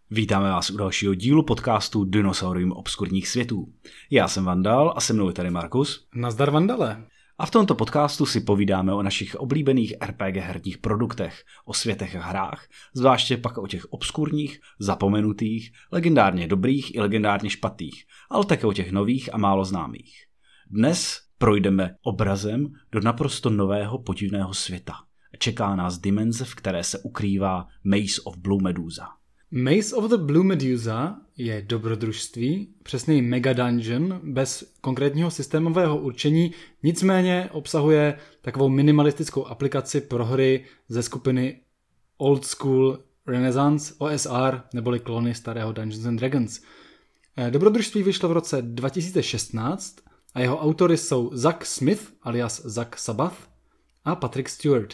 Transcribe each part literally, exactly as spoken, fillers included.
Vítáme vás u dalšího dílu podcastu Dinosaurium obskurních světů. Já jsem Vandal a se mnou je tady Markus. Nazdar Vandale. A v tomto podcastu si povídáme o našich oblíbených er pé gé herních produktech, o světech a hrách, zvláště pak o těch obskurních, zapomenutých, legendárně dobrých i legendárně špatných, ale také o těch nových a málo známých. Dnes projdeme obrazem do naprosto nového podivného světa. Čeká nás dimenze, v které se ukrývá Maze of Blue Medusa. Maze of the Blue Medusa je dobrodružství, přesněji mega dungeon, bez konkrétního systémového určení, nicméně obsahuje takovou minimalistickou aplikaci pro hry ze skupiny Old School Renaissance O S R, neboli klony starého Dungeons and Dragons. Dobrodružství vyšlo v roce dva tisíce šestnáct a jeho autory jsou Zack Smith alias Zack Sabbath a Patrick Stewart.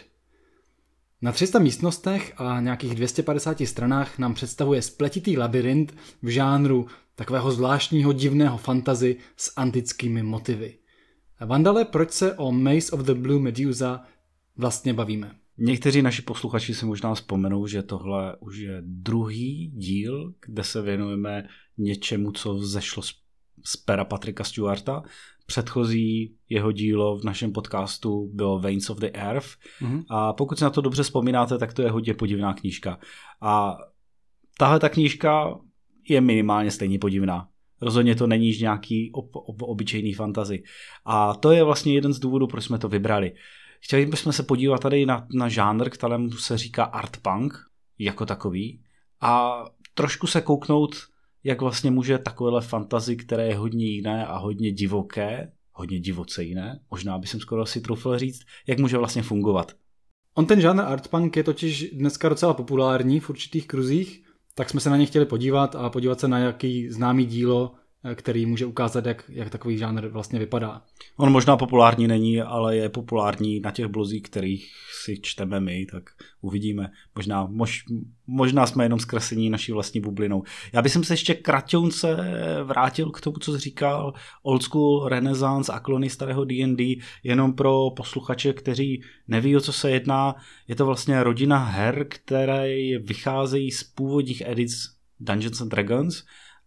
Na tři sta místnostech a nějakých dvě stě padesáti stranách nám představuje spletitý labyrint v žánru takového zvláštního divného fantasy s antickými motivy. Vandale, proč se o Maze of the Blue Medusa vlastně bavíme? Někteří naši posluchači si možná vzpomenou, že tohle už je druhý díl, kde se věnujeme něčemu, co vzešlo z pera Patricka Stewarta. Předchozí jeho dílo v našem podcastu bylo Veins of the Earth mm-hmm. a pokud si na to dobře vzpomínáte, tak to je hodně podivná knížka. A tahle ta knížka je minimálně stejně podivná. Rozhodně to není nějaký ob, ob, obyčejný fantasy. A to je vlastně jeden z důvodů, proč jsme to vybrali. Chtěli bychom se podívat tady na, na žánr, kterému se říká art punk jako takový a trošku se kouknout, jak vlastně může takovéhle fantasy, které je hodně jiné a hodně divoké, hodně divoce jiné, možná by jsem skoro si troufl říct, jak může vlastně fungovat. On ten žánr art punk je totiž dneska docela populární v určitých kruzích, tak jsme se na ně chtěli podívat a podívat se na nějaký známý dílo, který může ukázat, jak, jak takový žánr vlastně vypadá. On možná populární není, ale je populární na těch blozích, kterých si čteme my, tak uvidíme. Možná, mož, možná jsme jenom zkreslení naší vlastní bublinou. Já bych se ještě kraťounce vrátil k tomu, co jsi říkal, Old School Renaissance a klony starého D and D, jenom pro posluchače, kteří neví, o co se jedná. Je to vlastně rodina her, které vycházejí z původních edic Dungeons and Dragons.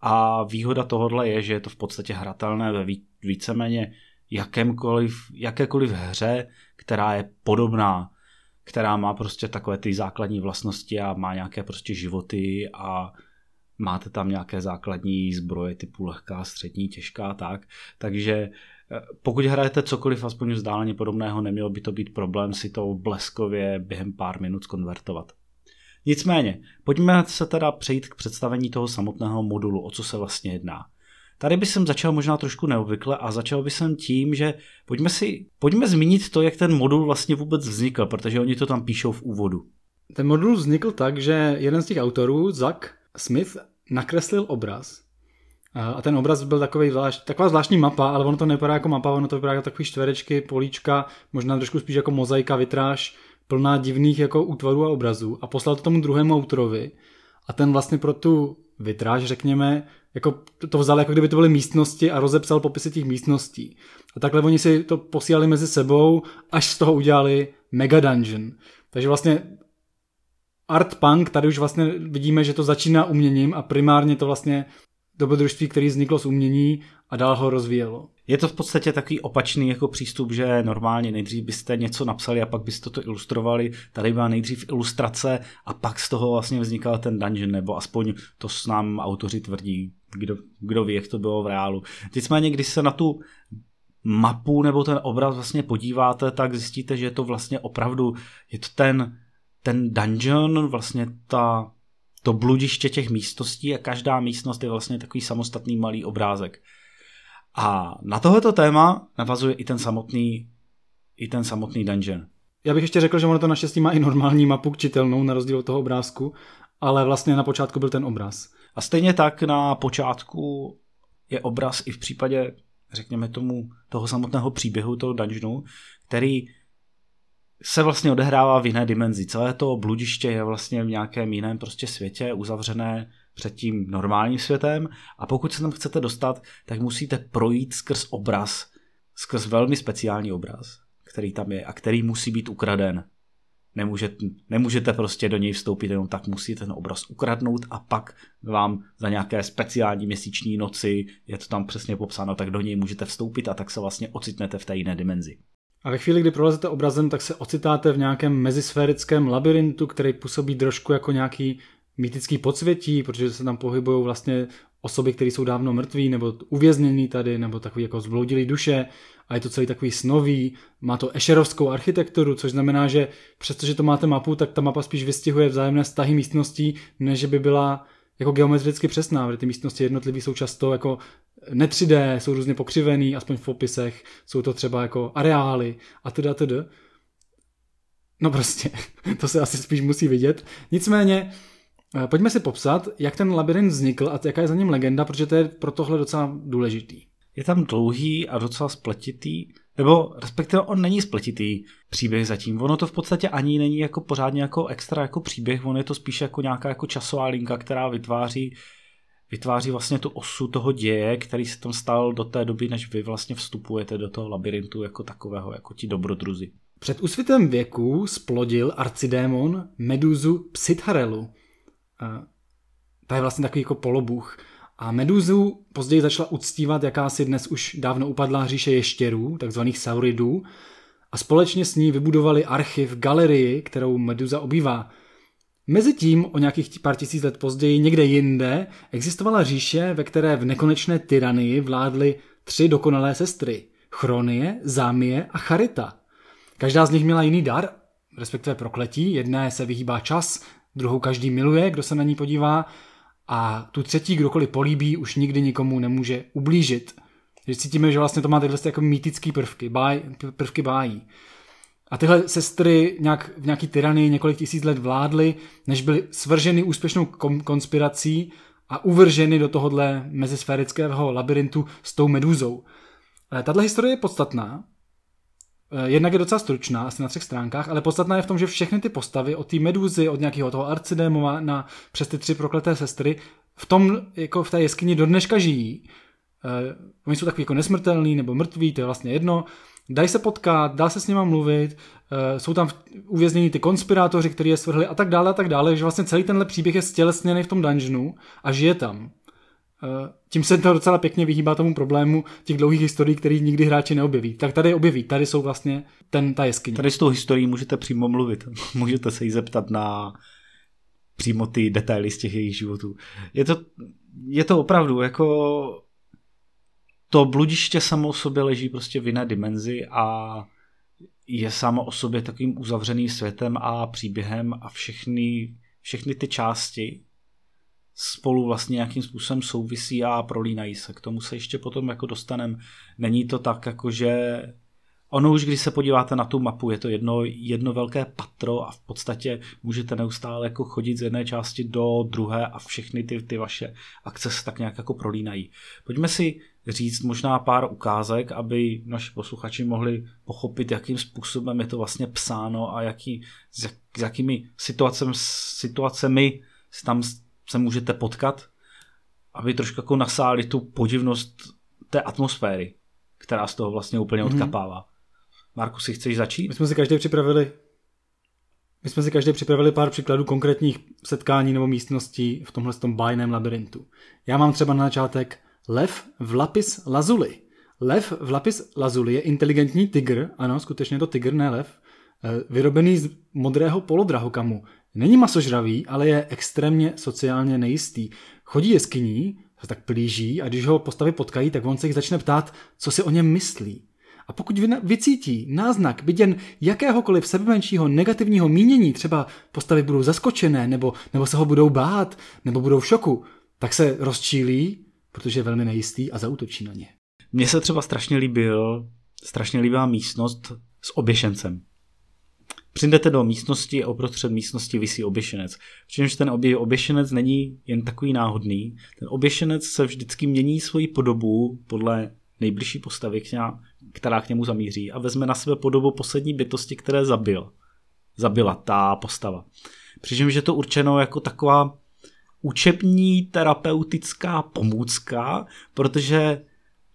A výhoda tohohle je, že je to v podstatě hratelné ve víceméně jakémkoliv, jakékoliv hře, která je podobná, která má prostě takové ty základní vlastnosti a má nějaké prostě životy a máte tam nějaké základní zbroje typu lehká, střední, těžká, tak. Takže pokud hrajete cokoliv aspoň vzdáleně podobného, nemělo by to být problém si to bleskově během pár minut konvertovat. Nicméně, pojďme se teda přejít k představení toho samotného modulu, o co se vlastně jedná. Tady bych jsem začal možná trošku neobvykle a začal bych jsem tím, že pojďme si, pojďme zmínit to, jak ten modul vlastně vůbec vznikl, protože oni to tam píšou v úvodu. Ten modul vznikl tak, že jeden z těch autorů, Zack Smith, nakreslil obraz. A ten obraz byl takový zvlášť, taková zvláštní mapa, ale ono to nevypadá jako mapa, ono to vypadá jako takový čtverečky, políčka, možná trošku spíš jako mozaika, vitráž, plná divných jako útvarů a obrazů a poslal to tomu druhému autorovi a ten vlastně pro tu vitráž, řekněme, jako to vzal, jako kdyby to byly místnosti a rozepsal popisy těch místností. A takhle oni si to posílali mezi sebou, až z toho udělali mega dungeon. Takže vlastně art punk, tady už vlastně vidíme, že to začíná uměním a primárně to vlastně dobrodružství, který vzniklo z umění a dál ho rozvíjelo. Je to v podstatě takový opačný jako přístup, že normálně nejdřív byste něco napsali a pak byste to ilustrovali. Tady byla nejdřív ilustrace a pak z toho vlastně vznikal ten dungeon, nebo aspoň to s nám autoři tvrdí, kdo, kdo ví, jak to bylo v reálu. Nicméně, když se na tu mapu nebo ten obraz vlastně podíváte, tak zjistíte, že je to vlastně opravdu, je to ten, ten dungeon, vlastně ta, to bludiště těch místností a každá místnost je vlastně takový samostatný malý obrázek. A na tohleto téma navazuje i ten samotný, i ten samotný dungeon. Já bych ještě řekl, že ono to naštěstí má i normální mapu čitelnou na rozdíl od toho obrázku, ale vlastně na počátku byl ten obraz. A stejně tak na počátku je obraz i v případě, řekněme tomu, toho samotného příběhu, toho dungeonu, který se vlastně odehrává v jiné dimenzi. Celé to bludiště je vlastně v nějakém jiném prostě světě, uzavřené před tím normálním světem a pokud se tam chcete dostat, tak musíte projít skrz obraz, skrz velmi speciální obraz, který tam je a který musí být ukraden. Nemůžete, nemůžete prostě do něj vstoupit jenom tak, musíte ten obraz ukradnout a pak vám za nějaké speciální měsíční noci, je to tam přesně popsáno, tak do něj můžete vstoupit a tak se vlastně ocitnete v té jiné dimenzi. A ve chvíli, kdy prolezete obrazem, tak se ocitáte v nějakém mezisférickém labirintu, který působí trošku jako nějaký mýtický podsvětí, protože se tam pohybují vlastně osoby, které jsou dávno mrtví, nebo uvěznění tady, nebo takový jako zbloudilý duše a je to celý takový snový, má to ešerovskou architekturu, což znamená, že přestože to máte mapu, tak ta mapa spíš vystihuje vzájemné vztahy místností, než by byla jako geometricky přesná, protože ty místnosti jednotlivé jsou často jako ne tři dé, jsou různě pokřivený, aspoň v popisech, jsou to třeba jako areály a teda teda. No prostě, to se asi spíš musí vidět. Nicméně, pojďme si popsat, jak ten labirint vznikl a jaká je za ním legenda, protože to je pro tohle docela důležitý. Je tam dlouhý a docela spletitý, nebo respektive on není spletitý příběh zatím. Ono to v podstatě ani není jako pořádně jako extra jako příběh, on je to spíš jako nějaká jako časová linka, která vytváří, vytváří vlastně tu osu toho děje, který se tam stal do té doby, než vy vlastně vstupujete do toho labirintu jako takového, jako ti dobrodruzi. Před úsvitem věku splodil arcidémon Meduzu Psitharelu. To je vlastně takový jako polobůh. A Meduzu později začala uctívat jakási dnes už dávno upadlá říše ještěrů, takzvaných sauridů, a společně s ní vybudovali archiv, galerii, kterou Meduza obývá. Mezitím, o nějakých pár tisíc let později, někde jinde, existovala říše, ve které v nekonečné tyranii vládly tři dokonalé sestry. Chronie, Zámie a Charita. Každá z nich měla jiný dar, respektive prokletí. Jedné se vyhýbá čas, druhou každý miluje, kdo se na ní podívá, a tu třetí, kdokoliv políbí, už nikdy nikomu nemůže ublížit. Takže cítíme, že vlastně to má tyhle jako mýtický prvky, báj, prvky bájí. A tyhle sestry nějak, v nějaký tyranii několik tisíc let vládly, než byly svrženy úspěšnou kom- konspirací a uvrženy do tohohle mezisférického labirintu s tou Meduzou. Tahle historie je podstatná. Jednak je docela stručná, asi na třech stránkách, ale podstatná je v tom, že všechny ty postavy od té Meduzy, od nějakého toho arcidémova na přes ty tři prokleté sestry v tom, jako v té jeskyni do dneška žijí. Uh, oni jsou takový jako nesmrtelný nebo mrtví, to je vlastně jedno. Dají se potkat, dá se s nima mluvit, uh, jsou tam uvěznění ty konspirátoři, kteří je svrhli a tak dále a tak dále, že vlastně celý tenhle příběh je stělesněný v tom dungeonu a žije tam. Tím se to docela pěkně vyhýbá tomu problému těch dlouhých historií, který nikdy hráči neobjeví. Tak tady objeví, tady jsou vlastně ten, ta jeskyně. Tady s tou historií můžete přímo mluvit. Můžete se jí zeptat na přímo ty detaily z těch jejich životů. Je to, je to opravdu jako to bludiště samo o sobě leží prostě v jiné dimenzi a je samo o sobě takovým uzavřeným světem a příběhem a všechny, všechny ty části spolu vlastně nějakým způsobem souvisí a prolínají se. K tomu se ještě potom jako dostaneme. Není to tak, jako že ono už, když se podíváte na tu mapu, je to jedno, jedno velké patro a v podstatě můžete neustále jako chodit z jedné části do druhé a všechny ty, ty vaše akce se tak nějak jako prolínají. Pojďme si říct možná pár ukázek, aby naši posluchači mohli pochopit, jakým způsobem je to vlastně psáno a jaký, s, jak, s jakými situacemi, situacemi tam se můžete potkat, aby trošku jako nasáli tu podivnost té atmosféry, která z toho vlastně úplně mm-hmm. odkapává. Marku, si chceš začít? My jsme si každý připravili My jsme si každý připravili pár příkladů konkrétních setkání nebo místností v tomhle tom bájném labirintu. Já mám třeba na začátek lev v lapis lazuli. Lev v lapis lazuli je inteligentní tygr, ano, skutečně je to tygr, ne lev, vyrobený z modrého polodrahokamu. Není masožravý, ale je extrémně sociálně nejistý. Chodí jeskyní, se tak plíží a když ho postavy potkají, tak on se jich začne ptát, co si o něm myslí. A pokud vycítí náznak, byť jen jakéhokoliv sebemenšího negativního mínění, třeba postavy budou zaskočené, nebo, nebo se ho budou bát, nebo budou v šoku, tak se rozčílí, protože je velmi nejistý a zaútočí na ně. Mně se třeba strašně líbil, strašně líbila místnost s oběšencem. Přijdete do místnosti a uprostřed místnosti visí oběšenec. Přičemž ten obě, oběšenec není jen takový náhodný. Ten oběšenec se vždycky mění svoji podobu podle nejbližší postavy, která k němu zamíří a vezme na sebe podobu poslední bytosti, které zabil. Zabila ta postava. Přičemž je to určeno jako taková učební terapeutická pomůcka, protože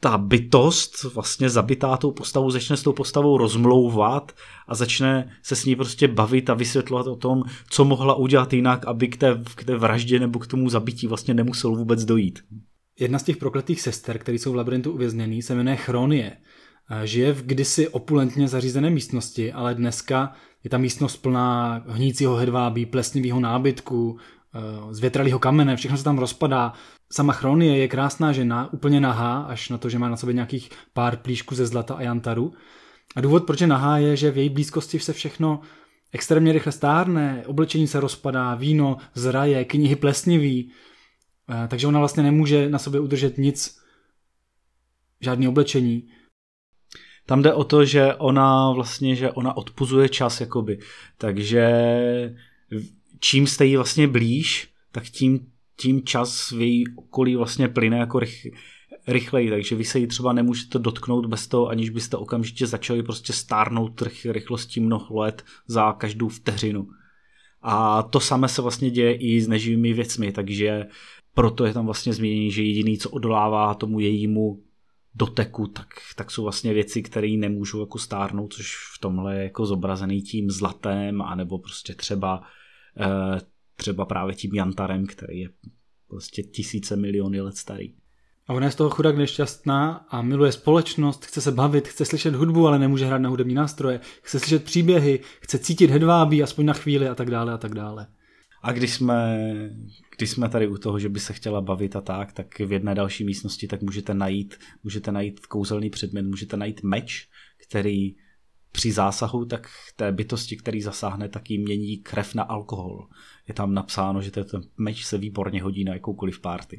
ta bytost vlastně zabitá tou postavou začne s tou postavou rozmlouvat a začne se s ní prostě bavit a vysvětlovat o tom, co mohla udělat jinak, aby k té, k té vraždě nebo k tomu zabití vlastně nemuselo vůbec dojít. Jedna z těch prokletých sester, které jsou v labirintu uvězněný, se jmenuje Chronie. Žije v kdysi opulentně zařízené místnosti, ale dneska je ta místnost plná hnícího hedvábí, plesnivého nábytku, zvětralého kamene, všechno se tam rozpadá. Sama Chronie je krásná žena, úplně nahá, až na to, že má na sobě nějakých pár plíšků ze zlata a jantaru. A důvod, proč je nahá, je, že v její blízkosti se všechno extrémně rychle stárne, oblečení se rozpadá, víno zraje, knihy plesniví, takže ona vlastně nemůže na sobě udržet nic, žádné oblečení. Tam jde o to, že ona vlastně, že ona odpuzuje čas, jakoby. Takže čím jste jí vlastně blíž, tak tím, tím čas v její okolí vlastně plyne jako rych, rychleji, takže vy se jí třeba nemůžete dotknout bez toho, aniž byste okamžitě začali prostě stárnout rychlostí mnoho let za každou vteřinu. A to samé se vlastně děje i s neživými věcmi, takže proto je tam vlastně zmínění, že jediný, co odolává tomu jejímu doteku, tak, tak jsou vlastně věci, které nemůžou jako stárnout, což v tomhle je jako zobrazený tím zlatem, anebo prostě třeba, eh, třeba právě tím jantarem, který je prostě tisíce miliony let starý. A ona je z toho chudák nešťastná a miluje společnost, chce se bavit, chce slyšet hudbu, ale nemůže hrát na hudební nástroje, chce slyšet příběhy, chce cítit hedvábí aspoň na chvíli a tak dále a tak dále. A když jsme, když jsme tady u toho, že by se chtěla bavit a tak, tak v jedné další místnosti tak můžete najít, můžete najít kouzelný předmět, můžete najít meč, který při zásahu tak té bytosti, který zasáhne, tak jí mění krev na alkohol. Je tam napsáno, že ten meč se výborně hodí na jakoukoliv party.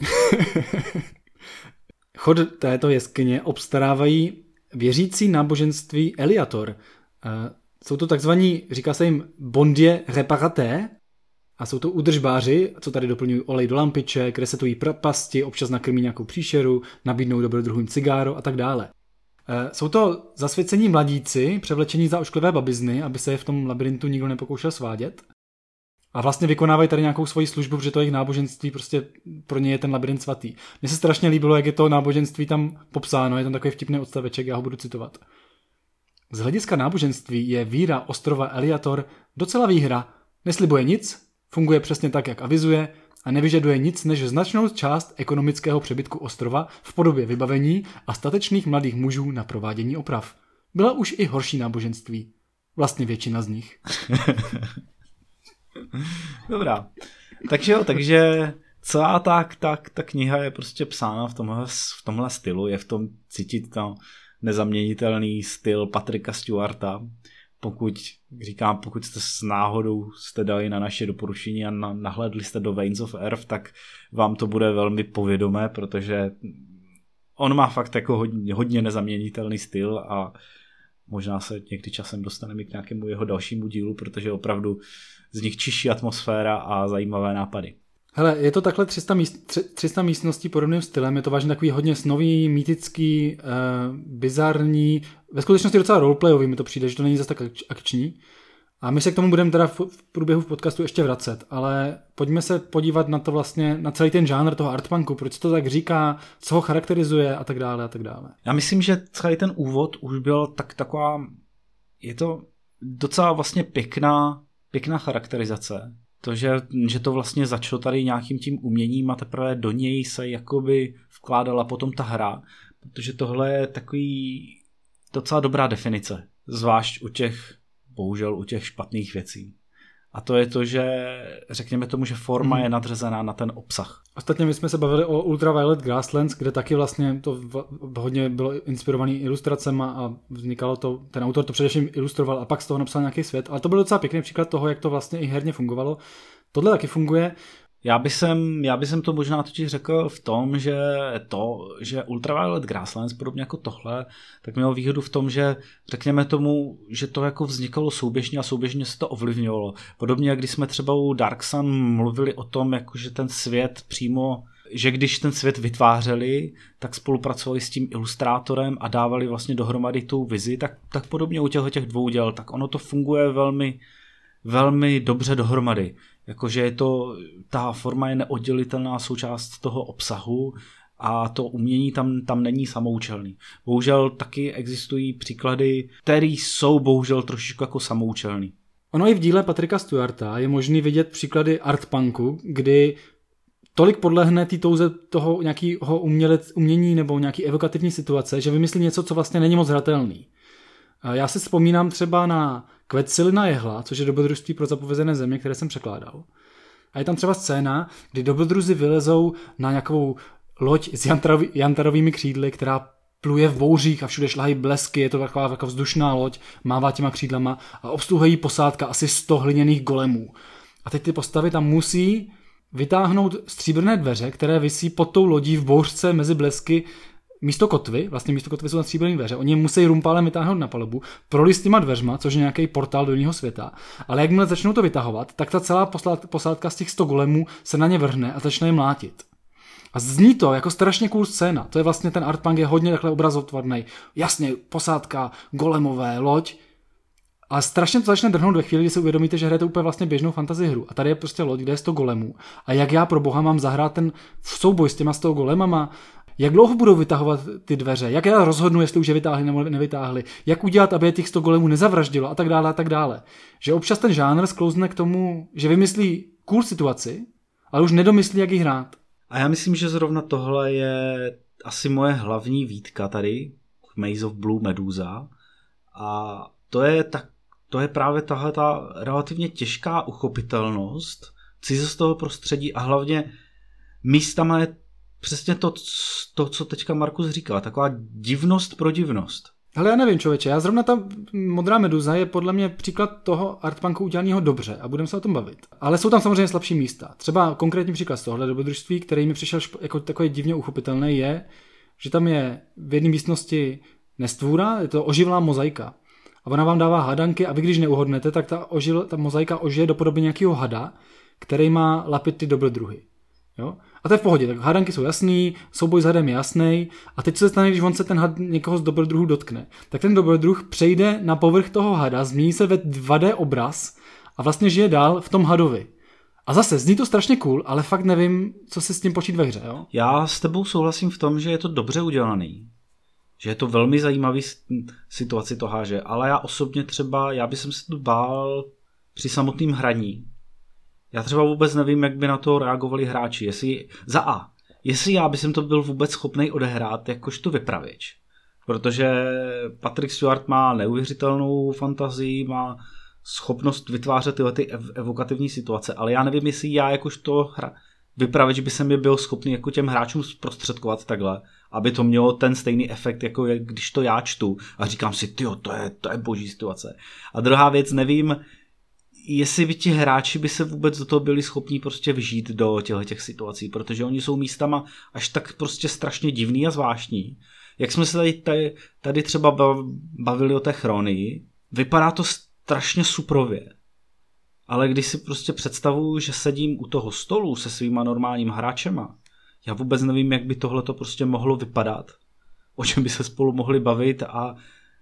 Chod této jeskyně obstarávají věřící náboženství Eliator. Jsou to takzvaní, říká se jim bondě reparaté, a jsou to údržbáři, co tady doplňují olej do lampiček, resetují pasti, občas nakrmí nějakou příšeru, nabídnou dobrodruhým cigáro a tak dále. Jsou to zasvěcení mladíci, převlečení za ošklivé babizny, aby se je v tom labirintu nikdo nepokoušel svádět. A vlastně vykonávají tady nějakou svoji službu, protože to jejich náboženství, prostě pro ně je ten labirint svatý. Mně se strašně líbilo, jak je to náboženství tam popsáno, je tam takový vtipný odstaveček, já ho budu citovat. Z hlediska náboženství je víra ostrova Eliator docela výhra, neslibuje nic, funguje přesně tak, jak avizuje a nevyžaduje nic než značnou část ekonomického přebytku ostrova v podobě vybavení a statečných mladých mužů na provádění oprav. Byla už i horší náboženství. Vlastně většina z nich. Dobrá. Takže jo, takže celá ta, ta, ta kniha je prostě psána v tomhle, v tomhle stylu, je v tom cítit to nezaměnitelný styl Patricka Stewarta. Pokud, říkám, pokud jste s náhodou jste dali na naše doporučení a na, nahlédli jste do Veins of Earth, tak vám to bude velmi povědomé, protože on má fakt jako hodně, hodně nezaměnitelný styl a možná se někdy časem dostaneme k nějakému jeho dalšímu dílu, protože opravdu z nich čiší atmosféra a zajímavé nápady. Hele, je to takhle tři sta, míst, tři sta místností podobným stylem, je to vážně takový hodně snový, mýtický, uh, bizarní, ve skutečnosti docela roleplayový mi to přijde, že to není zase tak akční. A my se k tomu budeme teda v, v průběhu v podcastu ještě vracet, ale pojďme se podívat na to vlastně, na celý ten žánr toho artpunku, proč to tak říká, co ho charakterizuje a tak dále a tak dále. Já myslím, že celý ten úvod už byl tak taková, je to docela vlastně pěkná, pěkná charakterizace. To, že, že to vlastně začalo tady nějakým tím uměním a teprve do něj se jakoby vkládala potom ta hra, protože tohle je takový docela dobrá definice, zvlášť u těch, bohužel u těch špatných věcí. A to je to, že řekněme tomu, že forma hmm. je nadřazená na ten obsah. Ostatně my jsme se bavili o Ultraviolet Grasslands, kde taky vlastně to hodně bylo inspirovaný ilustracema a vznikalo to, ten autor to především ilustroval a pak z toho napsal nějaký svět, ale to byl docela pěkný příklad toho, jak to vlastně i herně fungovalo. Tohle taky funguje. Já bych jsem, já bych jsem to možná totiž řekl v tom, že to, že Ultraviolet Grasslands, podobně jako tohle, tak mělo výhodu v tom, že řekněme tomu, že to jako vznikalo souběžně a souběžně se to ovlivňovalo. Podobně jak když jsme třeba u Dark Sun mluvili o tom, jako že ten svět přímo, že když ten svět vytvářeli, tak spolupracovali s tím ilustrátorem a dávali vlastně dohromady tu vizi, tak, tak podobně u těchto těch dvou děl, tak ono to funguje velmi, velmi dobře dohromady. Jakože je to, ta forma je neoddělitelná součást toho obsahu a to umění tam, tam není samoučelný. Bohužel taky existují příklady, které jsou bohužel trošičku jako samoučelný. Ono i v díle Patricka Stewarta je možný vidět příklady artpunku, kdy tolik podlehne té touze toho nějakého umělec, umění nebo nějaký evokativní situace, že vymyslí něco, co vlastně není moc hratelný. Já si vzpomínám třeba na Quetzalina jehla, což je dobrodružství pro zapovězené země, které jsem překládal. A je tam třeba scéna, kdy dobrodruzi vylezou na nějakou loď s jantarový, jantarovými křídly, která pluje v bouřích a všude šlahají blesky, je to taková, taková vzdušná loď, mává těma křídlama a obsluhují posádka asi sto hliněných golemů. A teď ty postavy tam musí vytáhnout stříbrné dveře, které visí pod tou lodí v bouřce mezi blesky místo kotvy, vlastně místo kotvy jsou tam stříbrné dveře, oni musí rumpálem vytáhnout na palubu, prolíst těma dveřma, což je nějaký portál do jiného světa, ale jakmile začnou to vytahovat, tak ta celá posádka z těch sto golemů se na ně vrhne a začne je mlátit. A zní to jako strašně cool scéna, to je vlastně ten artpunk je hodně takhle obrazotvorný, jasně, posádka, golemové, loď, ale strašně to začne drhnout ve chvíli, kdy si uvědomíte, že hrajete úplně vlastně běžnou fantasy hru. A tady je prostě loď, kde je sto golemů. A jak já pro boha mám zahrát ten souboj s těma sto golemama, jak dlouho budou vytahovat ty dveře, jak já rozhodnu, jestli už je vytáhli nebo nevytáhli, jak udělat, aby je těch sto golemů nezavraždilo a tak dále a tak dále. Že občas ten žánr sklouzne k tomu, že vymyslí cool situaci, ale už nedomyslí, jak ji hrát. A já myslím, že zrovna tohle je asi moje hlavní výtka tady v Maze of Blue Medusa. A to je tak To je právě tahle ta relativně těžká uchopitelnost cizo z toho prostředí a hlavně místama je přesně to, to, co teďka Markus říkal, taková divnost pro divnost. Ale já nevím, člověče, já zrovna ta Modrá meduza je podle mě příklad toho artpunku udělaného dobře a budeme se o tom bavit. Ale jsou tam samozřejmě slabší místa. Třeba konkrétní příklad z tohohle dobrodružství, který mi přišel jako takový divně uchopitelný, je, že tam je v jedné místnosti nestvůra, je to oživlá mozaika. A ona vám dává hadanky a vy když neuhodnete, tak ta, ožil, ta mozaika ožije do podoby nějakého hada, který má lapit ty dobrodruhy. Jo? A to je v pohodě, tak hadanky jsou jasný, souboj s hadem je jasný a teď co se stane, když on se ten had někoho z dobrodruhů dotkne. Tak ten dobrodruh přejde na povrch toho hada, změní se ve dva dé obraz a vlastně žije dál v tom hadovi. A zase, zní to strašně cool, ale fakt nevím, co se s tím počít ve hře. Jo? Já s tebou souhlasím v tom, že je to dobře udělaný. Že je to velmi zajímavý situaci to háže, ale já osobně třeba, já bych se tu bál při samotném hraní. Já třeba vůbec nevím, jak by na to reagovali hráči. Jestli, za A, jestli já bych to byl vůbec schopný odehrát jakožto vypravěč. Protože Patrick Stewart má neuvěřitelnou fantazii, má schopnost vytvářet tyhle ty ev- evokativní situace, ale já nevím, jestli já jakožto hra, vypravěč by se mi byl schopný jako těm hráčům zprostředkovat takhle, aby to mělo ten stejný efekt, jako když to já čtu a říkám si, tyjo, to je, to je boží situace. A druhá věc, nevím, jestli by ti hráči by se vůbec do toho byli schopní prostě vžít do těch situací, protože oni jsou místama až tak prostě strašně divný a zvláštní. Jak jsme se tady, tady, tady třeba bavili o té chronii, vypadá to strašně suprově. Ale když si prostě představuju, že sedím u toho stolu se svýma normálníma hráčema, já vůbec nevím, jak by tohle to prostě mohlo vypadat, o čem by se spolu mohli bavit a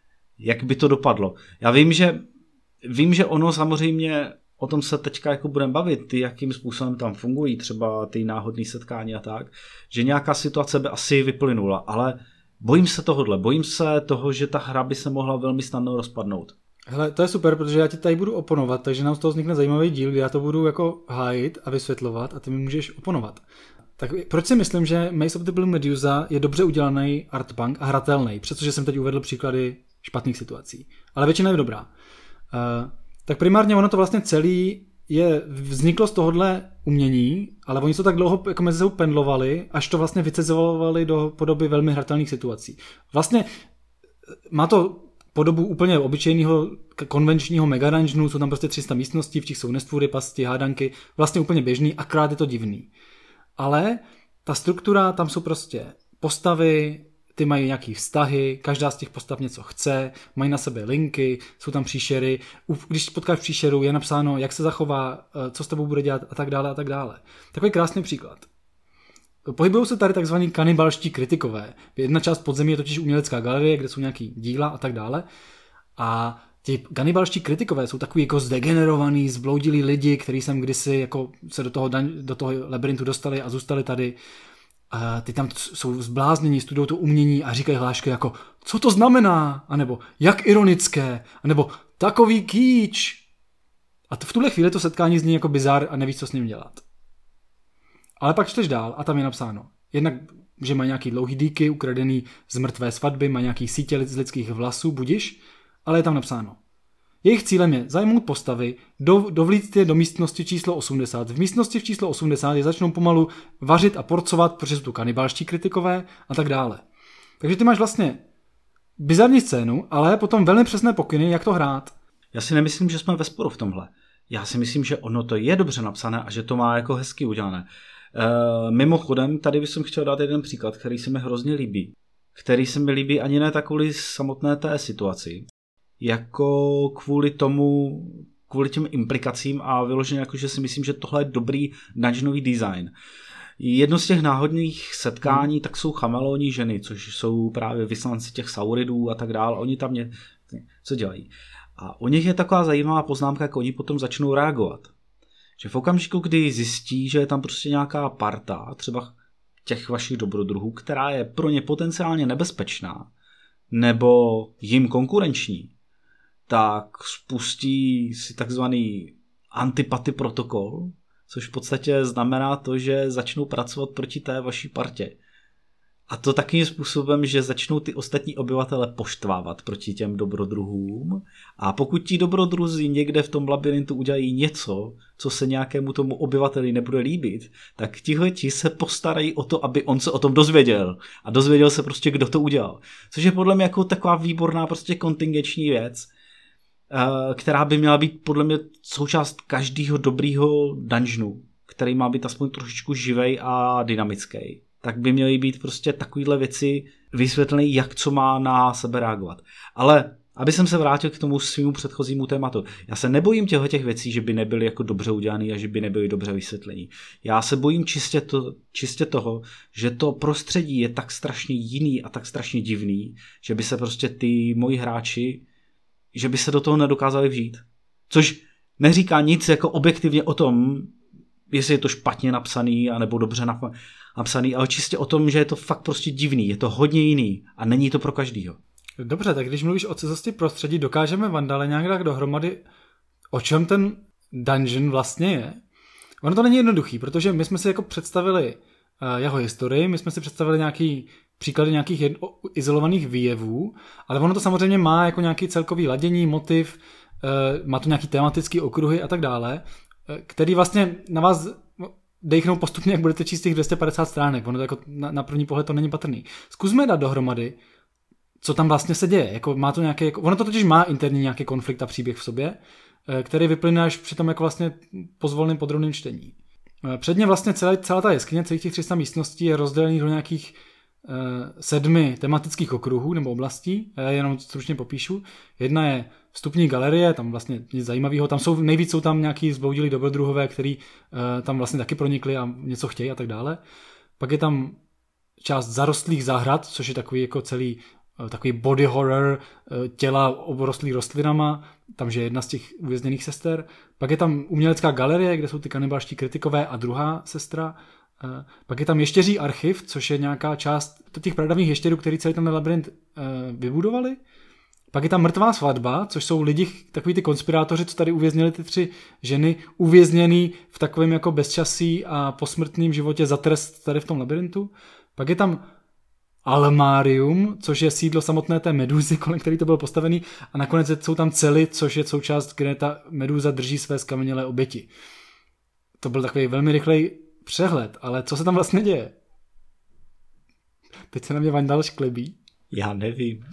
jak by to dopadlo. Já vím, že vím, že ono samozřejmě o tom se teďka jako budeme bavit, ty jakým způsobem tam fungují, třeba ty náhodné setkání a tak, že nějaká situace by asi vyplynula, ale bojím se tohodle, bojím se toho, že ta hra by se mohla velmi snadno rozpadnout. Hele, to je super, protože já ti tady budu oponovat, takže nám z toho vznikne zajímavý díl, kdy já to budu jako hájit a vysvětlovat a ty mi můžeš oponovat. Tak proč si myslím, že Maze of the Blue Medusa je dobře udělaný artpunk a hratelný, přestože jsem teď uvedl příklady špatných situací. Ale většina je dobrá. Uh, tak primárně ono to vlastně celý je vzniklo z tohohle umění, ale oni to tak dlouho jako mezi sebou pendlovali, až to vlastně vycezovali do podoby velmi hratelných situací. Vlastně má to podobu úplně obyčejného konvenčního megadungeonu, jsou tam prostě tři sta místností, v těch jsou nestvůry, pasti, hádanky, vlastně úplně běžný, akorát je to divný. Ale ta struktura, tam jsou prostě postavy, ty mají nějaký vztahy, každá z těch postav něco chce, mají na sebe linky, jsou tam příšery, když potkáš příšeru, je napsáno, jak se zachová, co s tebou bude dělat a tak dále a tak dále. Takový krásný příklad. Pohybují se tady takzvaní kanibalští kritikové. Jedna část podzemí je totiž umělecká galerie, kde jsou nějaký díla a tak dále. A ti kanibalští kritikové jsou takový jako zdegenerovaný, zbloudilí lidi, kteří sem kdysi jako se do toho, do toho labirintu dostali a zůstali tady. a ty tam jsou zbláznění, studují to umění a říkají hlášky jako co to znamená, anebo jak ironické, anebo takový kýč. A to v tuhle chvíli to setkání zní jako bizár a nevíš, co s ním dělat. Ale pak čteš dál a tam je napsáno. Jednak, že má nějaký dlouhý dýky, ukradený z mrtvé svatby, má nějaký sítě z lidských vlasů, budiš, ale je tam napsáno. Jejich cílem je zajmout postavy, do, dovlít je do místnosti číslo osmdesát. V místnosti v číslo osmdesát je začnou pomalu vařit a porcovat, protože jsou tu kanibalští kritikové a tak dále. Takže ty máš vlastně bizarní scénu, ale potom velmi přesné pokyny, jak to hrát. Já si nemyslím, že jsme ve sporu v tomhle. Já si myslím, že ono to je dobře napsané a že to má jako hezky udělané. E, mimochodem, tady bych chtěl dát jeden příklad, který se mi hrozně líbí. Který se mi líbí ani ne tak kvůli samotné té situaci, jako kvůli tomu, kvůli těm implikacím a vyloženě jako, že si myslím, že tohle je dobrý dungeonový design. Jedno z těch náhodných setkání hmm. tak jsou chameleonní ženy, což jsou právě vyslanci těch sauridů a tak dále. Oni tam mě, co dělají? A u nich je taková zajímavá poznámka, jak oni potom začnou reagovat. Že v okamžiku, kdy zjistí, že je tam prostě nějaká parta, třeba těch vašich dobrodruhů, která je pro ně potenciálně nebezpečná, nebo jim konkurenční, tak spustí si takzvaný antipaty protokol, což v podstatě znamená to, že začnou pracovat proti té vaší partě. A to takým způsobem, že začnou ty ostatní obyvatele poštvávat proti těm dobrodruhům a pokud ti dobrodruzi někde v tom labirintu udělají něco, co se nějakému tomu obyvateli nebude líbit, tak tihleti se postarají o to, aby on se o tom dozvěděl a dozvěděl se prostě, kdo to udělal. Což je podle mě jako taková výborná prostě kontingenční věc, která by měla být podle mě součást každého dobrýho dungeonu, který má být aspoň trošičku živej a dynamický. Tak by měly být prostě takovýhle věci vysvětlené, jak co má na sebe reagovat. Ale aby jsem se vrátil k tomu svému předchozímu tématu, já se nebojím těchto těch věcí, že by nebyly jako dobře udělané a že by nebyly dobře vysvětlení. Já se bojím čistě, to, čistě toho, že to prostředí je tak strašně jiný a tak strašně divný, že by se prostě ty moji hráči, že by se do toho nedokázali vžít. Což neříká nic jako objektivně o tom, jestli je to špatně napsaný anebo dobře napsaný, ale čistě o tom, že je to fakt prostě divný, je to hodně jiný a není to pro každýho. Dobře, tak když mluvíš o cizosti prostředí, dokážeme Vandale nějak dát dohromady, o čem ten dungeon vlastně je? Ono to není jednoduchý, protože my jsme si jako představili uh, jeho historii, my jsme si představili nějaký příklady nějakých jedno, izolovaných výjevů, ale ono to samozřejmě má jako nějaký celkový ladění, motiv, uh, má to nějaký tematický okruhy a tak dále, který vlastně na vás dejchnou postupně, jak budete číst těch dvě stě padesát stránek. Ono to jako na, na první pohled to není patrný. Zkusme dát dohromady, co tam vlastně se děje. Jako má to nějaké, jako, ono to totiž má interní nějaký konflikt a příběh v sobě, který vyplyne až při tom jako vlastně pozvolným podrobným čtení. Předně vlastně celá, celá ta jeskyně, celých těch tři sta místností je rozdělený do nějakých uh, sedmi tematických okruhů nebo oblastí. Já jenom stručně popíšu. Jedna je vstupní galerie, tam vlastně nic zajímavého, tam jsou, nejvíc jsou tam nějaký zbloudilí dobrodruhové, který uh, tam vlastně taky pronikli a něco chtějí a tak dále. Pak je tam část zarostlých zahrad, což je takový jako celý uh, takový body horror, uh, těla obrostlý rostlinama, tam je jedna z těch uvězněných sester. Pak je tam umělecká galerie, kde jsou ty kanibalští kritikové a druhá sestra. Uh, pak je tam ještěří archiv, což je nějaká část těch pradavných ještěrů, který celý ten labyrint uh, vybudovali. Pak je tam mrtvá svatba, což jsou lidi, takový ty konspirátoři, co tady uvěznili ty tři ženy, uvězněný v takovém jako bezčasí a posmrtném životě za trest tady v tom labyrintu. Pak je tam Almarium, což je sídlo samotné té meduzy, kolem který to bylo postavený, a nakonec jsou tam cely, což je součást, kde ta meduza drží své skamenělé oběti. To byl takový velmi rychlej přehled, ale co se tam vlastně děje? Teď se na mě Vandal šklebí. Já nevím.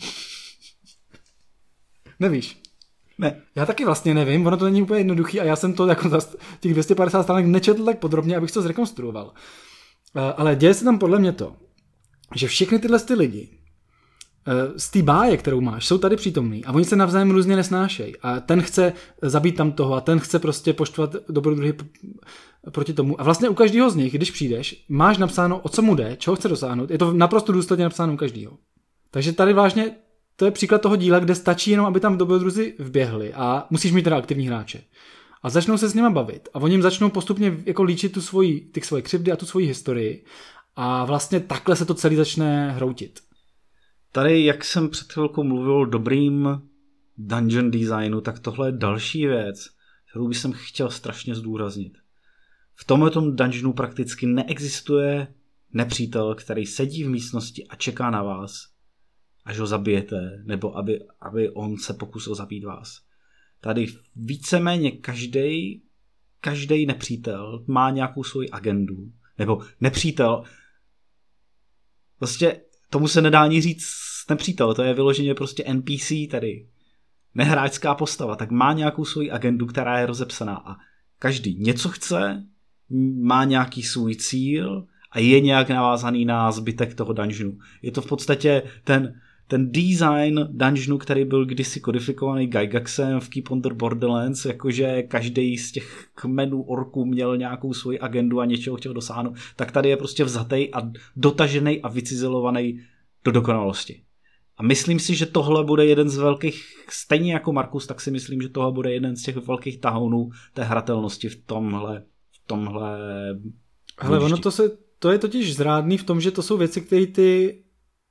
Nevíš? Ne. Já taky vlastně nevím, ono to není úplně jednoduchý a já jsem to jako za těch dvě stě padesát stránek nečetl tak podrobně, abych to zrekonstruoval. Ale děje se tam podle mě to, že všechny tyhle ty lidi z té báje, kterou máš, jsou tady přítomný a oni se navzájem různě nesnášejí a ten chce zabít tam toho a ten chce prostě poštvat dobrodruhy proti tomu a vlastně u každého z nich, když přijdeš, máš napsáno, o co mu jde, čeho chce dosáhnout, je to naprosto důsledně napsáno u každého. Takže tady vážně to je příklad toho díla, kde stačí jenom, aby tam dobrodruzi vběhli a musíš mít teda aktivní hráče. A začnou se s nima bavit a oni jim začnou postupně jako líčit tu svoji, ty svoje křivdy a tu svoji historii a vlastně takhle se to celý začne hroutit. Tady, jak jsem před chvilkou mluvil o dobrým dungeon designu, tak tohle je další věc, kterou bych chtěl strašně zdůraznit. V tomhletom dungeonu prakticky neexistuje nepřítel, který sedí v místnosti a čeká na vás, až ho zabijete, nebo aby, aby on se pokusil zabít vás. Tady víceméně každej, každej nepřítel má nějakou svoji agendu, nebo nepřítel, vlastně tomu se nedá ani říct nepřítel, to je vyloženě prostě N P C tady. Nehráčská postava, tak má nějakou svoji agendu, která je rozepsaná a každý něco chce, má nějaký svůj cíl a je nějak navázaný na zbytek toho dungeonu. Je to v podstatě ten, ten design dungeonu, který byl kdysi kodifikovaný Gygaxem v Keep on the Borderlands, jakože každý z těch kmenů orků měl nějakou svoji agendu a něčeho chtěl dosáhnout, tak tady je prostě vzatej a dotažený a vycizelovaný do dokonalosti. A myslím si, že tohle bude jeden z velkých, stejně jako Markus, tak si myslím, že tohle bude jeden z těch velkých tahounů té hratelnosti v tomhle v tomhle Hele, ono to, se, to je totiž zrádný v tom, že to jsou věci, které ty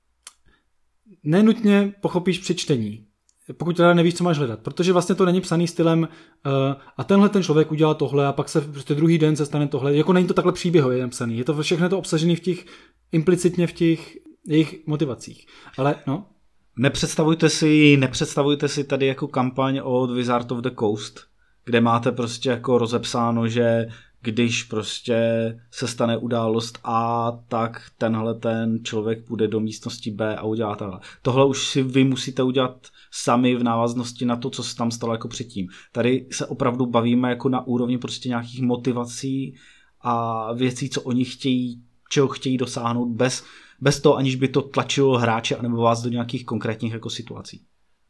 nenutně pochopíš při čtení. Pokud teda nevíš, co máš hledat. Protože vlastně to není psaný stylem uh, a tenhle ten člověk udělal tohle a pak se prostě druhý den se stane tohle. Jako není to takhle příběhově napsaný. Je to všechno to obsažené v těch, implicitně v těch jejich motivacích. Ale no. Nepředstavujte si, nepředstavujte si tady jako kampaň od Wizard of the Coast, kde máte prostě jako rozepsáno, že když prostě se stane událost A, tak tenhle ten člověk půjde do místnosti B a udělá tohle. Tohle už si vy musíte udělat sami v návaznosti na to, co se tam stalo jako předtím. Tady se opravdu bavíme jako na úrovni prostě nějakých motivací a věcí, co oni chtějí, čeho chtějí dosáhnout bez, bez toho, aniž by to tlačilo hráče anebo vás do nějakých konkrétních jako situací.